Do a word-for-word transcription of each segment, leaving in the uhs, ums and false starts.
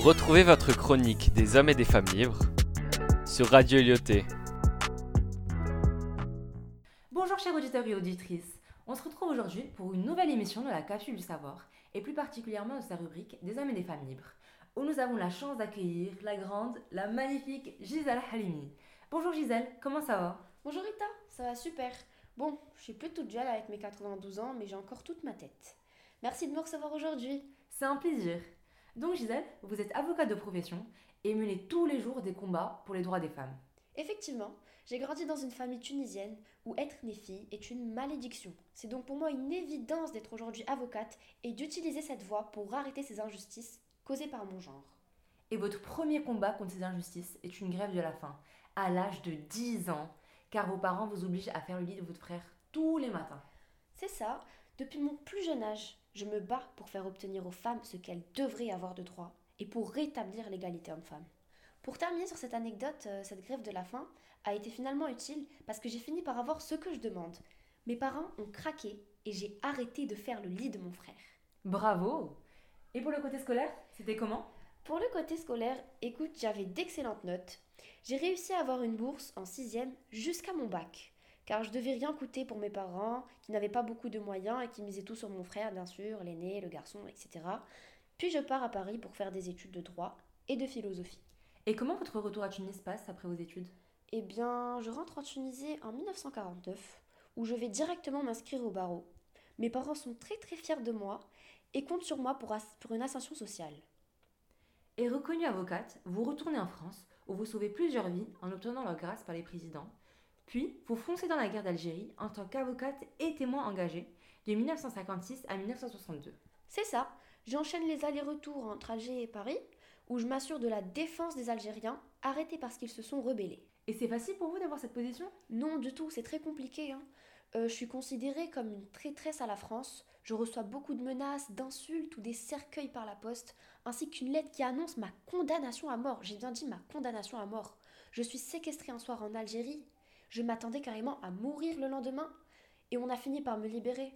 Retrouvez votre chronique des hommes et des femmes libres sur Radio Lyoté. Bonjour chers auditeurs et auditrices, on se retrouve aujourd'hui pour une nouvelle émission de la Capsule du Savoir et plus particulièrement de sa rubrique des hommes et des femmes libres où nous avons la chance d'accueillir la grande, la magnifique Gisèle Halimi. Bonjour Gisèle, comment ça va ? Bonjour Rita, ça va super. Bon, je suis plus toute jeune avec mes quatre-vingt-douze ans, mais j'ai encore toute ma tête. Merci de me recevoir aujourd'hui. C'est un plaisir. Donc Gisèle, vous êtes avocate de profession et menez tous les jours des combats pour les droits des femmes. Effectivement, j'ai grandi dans une famille tunisienne où être née fille est une malédiction. C'est donc pour moi une évidence d'être aujourd'hui avocate et d'utiliser cette voie pour arrêter ces injustices causées par mon genre. Et votre premier combat contre ces injustices est une grève de la faim, à l'âge de dix ans, car vos parents vous obligent à faire le lit de votre frère tous les matins. C'est ça, depuis mon plus jeune âge, je me bats pour faire obtenir aux femmes ce qu'elles devraient avoir de droit et pour rétablir l'égalité homme-femme. Pour terminer sur cette anecdote, euh, cette grève de la faim a été finalement utile parce que j'ai fini par avoir ce que je demande. Mes parents ont craqué et j'ai arrêté de faire le lit de mon frère. Bravo ! Et pour le côté scolaire, c'était comment ? Pour le côté scolaire, écoute, j'avais d'excellentes notes. J'ai réussi à avoir une bourse en sixième jusqu'à mon bac, car je devais rien coûter pour mes parents, qui n'avaient pas beaucoup de moyens et qui misaient tout sur mon frère, bien sûr, l'aîné, le garçon, et cetera. Puis je pars à Paris pour faire des études de droit et de philosophie. Et comment votre retour à Tunis se passe après vos études ? Eh bien, je rentre en Tunisie en dix-neuf cent quarante-neuf, où je vais directement m'inscrire au barreau. Mes parents sont très très fiers de moi et comptent sur moi pour, as- pour une ascension sociale. Et reconnue avocate, vous retournez en France où vous sauvez plusieurs vies en obtenant leur grâce par les présidents. Puis, vous foncez dans la guerre d'Algérie en tant qu'avocate et témoin engagé de dix-neuf cent cinquante-six à dix-neuf cent soixante-deux. C'est ça, j'enchaîne les allers-retours entre Alger et Paris, où je m'assure de la défense des Algériens, arrêtés parce qu'ils se sont rebellés. Et c'est facile pour vous d'avoir cette position ? Non, du tout, c'est très compliqué. Hein. Euh, je suis considérée comme une traîtresse à la France. Je reçois beaucoup de menaces, d'insultes ou des cercueils par la poste, ainsi qu'une lettre qui annonce ma condamnation à mort. J'ai bien dit ma condamnation à mort. Je suis séquestrée un soir en Algérie. Je m'attendais carrément à mourir le lendemain. Et on a fini par me libérer.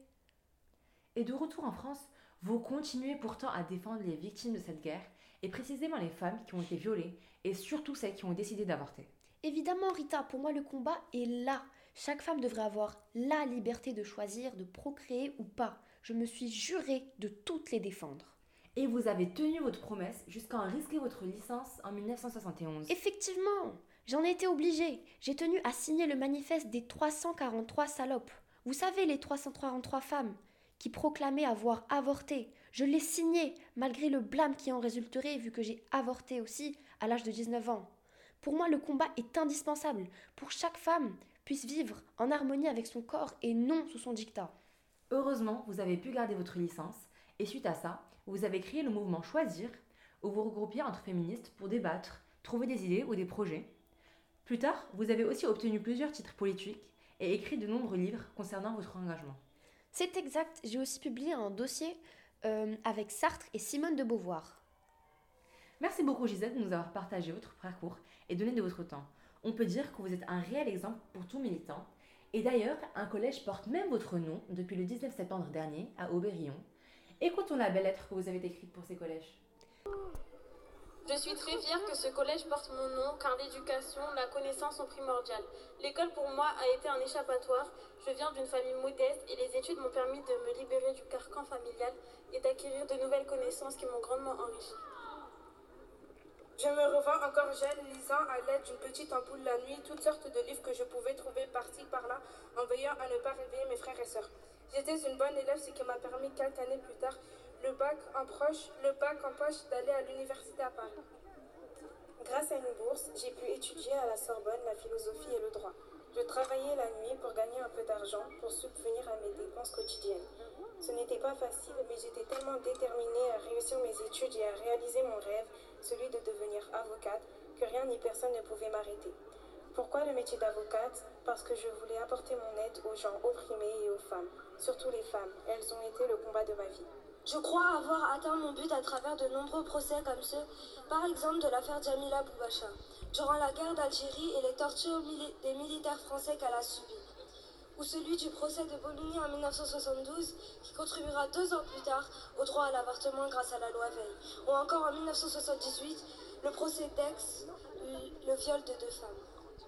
Et de retour en France, vous continuez pourtant à défendre les victimes de cette guerre, et précisément les femmes qui ont été violées, et surtout celles qui ont décidé d'avorter. Évidemment, Rita, pour moi le combat est là. Chaque femme devrait avoir la liberté de choisir de procréer ou pas. Je me suis jurée de toutes les défendre. Et vous avez tenu votre promesse jusqu'à en risquer votre licence en dix-neuf cent soixante et onze. Effectivement, j'en ai été obligée. J'ai tenu à signer le manifeste des trois cent quarante-trois salopes. Vous savez, les trois cent quarante-trois femmes qui proclamaient avoir avorté. Je l'ai signé, malgré le blâme qui en résulterait, vu que j'ai avorté aussi à l'âge de dix-neuf ans. Pour moi, le combat est indispensable pour que chaque femme puisse vivre en harmonie avec son corps et non sous son dictat. Heureusement, vous avez pu garder votre licence, et suite à ça, vous avez créé le mouvement Choisir, où vous regroupiez entre féministes pour débattre, trouver des idées ou des projets. Plus tard, vous avez aussi obtenu plusieurs titres politiques et écrit de nombreux livres concernant votre engagement. C'est exact, j'ai aussi publié un dossier euh, avec Sartre et Simone de Beauvoir. Merci beaucoup Gisèle de nous avoir partagé votre parcours et donné de votre temps. On peut dire que vous êtes un réel exemple pour tout militant. Et d'ailleurs, un collège porte même votre nom depuis le dix-neuf septembre dernier à Auberillon. Écoutons la belle lettre que vous avez écrite pour ces collèges. Je suis très fière que ce collège porte mon nom car l'éducation, la connaissance sont primordiales. L'école pour moi a été un échappatoire. Je viens d'une famille modeste et les études m'ont permis de me libérer du carcan familial et d'acquérir de nouvelles connaissances qui m'ont grandement enrichie. Je me revends encore jeune, lisant à l'aide d'une petite ampoule la nuit toutes sortes de livres que je pouvais trouver par-ci par-là en veillant à ne pas réveiller mes frères et sœurs. J'étais une bonne élève, ce qui m'a permis quelques années plus tard, le bac en proche, le bac en poche, d'aller à l'université à Paris. Grâce à une bourse, j'ai pu étudier à la Sorbonne la philosophie et le droit. Je travaillais la nuit pour gagner un peu d'argent pour subvenir à mes dépenses quotidiennes. Ce n'était pas facile, mais j'étais tellement déterminée à réussir mes études et à réaliser mon rêve, celui de devenir avocate, que rien ni personne ne pouvait m'arrêter. Pourquoi le métier d'avocate ? Parce que je voulais apporter mon aide aux gens opprimés et aux femmes, surtout les femmes. Elles ont été le combat de ma vie. Je crois avoir atteint mon but à travers de nombreux procès comme ceux, par exemple de l'affaire Jamila Boubacha, durant la guerre d'Algérie et les tortures mili- des militaires français qu'elle a subies, ou celui du procès de Bobigny en mille neuf cent soixante-douze, qui contribuera deux ans plus tard au droit à l'avortement grâce à la loi Veil, ou encore en mille neuf cent soixante-dix-huit, le procès d'Aix, le viol de deux femmes.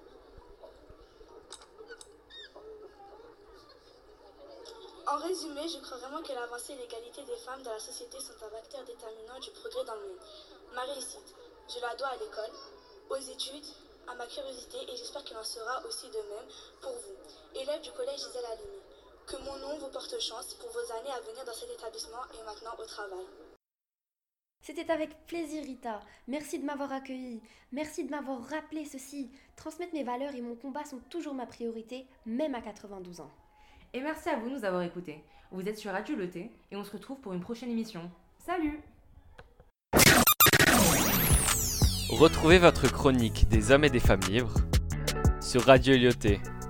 En résumé, je crois vraiment que l'avancée et l'égalité des femmes dans la société sont un facteur déterminant du progrès dans le monde. Ma réussite, je la dois à l'école, aux études, à ma curiosité et j'espère qu'il en sera aussi de même pour vous, élèves du collège Gisèle Halimi. Que mon nom vous porte chance pour vos années à venir dans cet établissement et maintenant au travail. C'était avec plaisir, Rita. Merci de m'avoir accueillie. Merci de m'avoir rappelé ceci. Transmettre mes valeurs et mon combat sont toujours ma priorité, même à quatre-vingt-douze ans. Et merci à vous de nous avoir écoutés. Vous êtes sur Radio Lyoté et on se retrouve pour une prochaine émission. Salut! Retrouvez votre chronique des hommes et des femmes libres sur Radio Lyoté.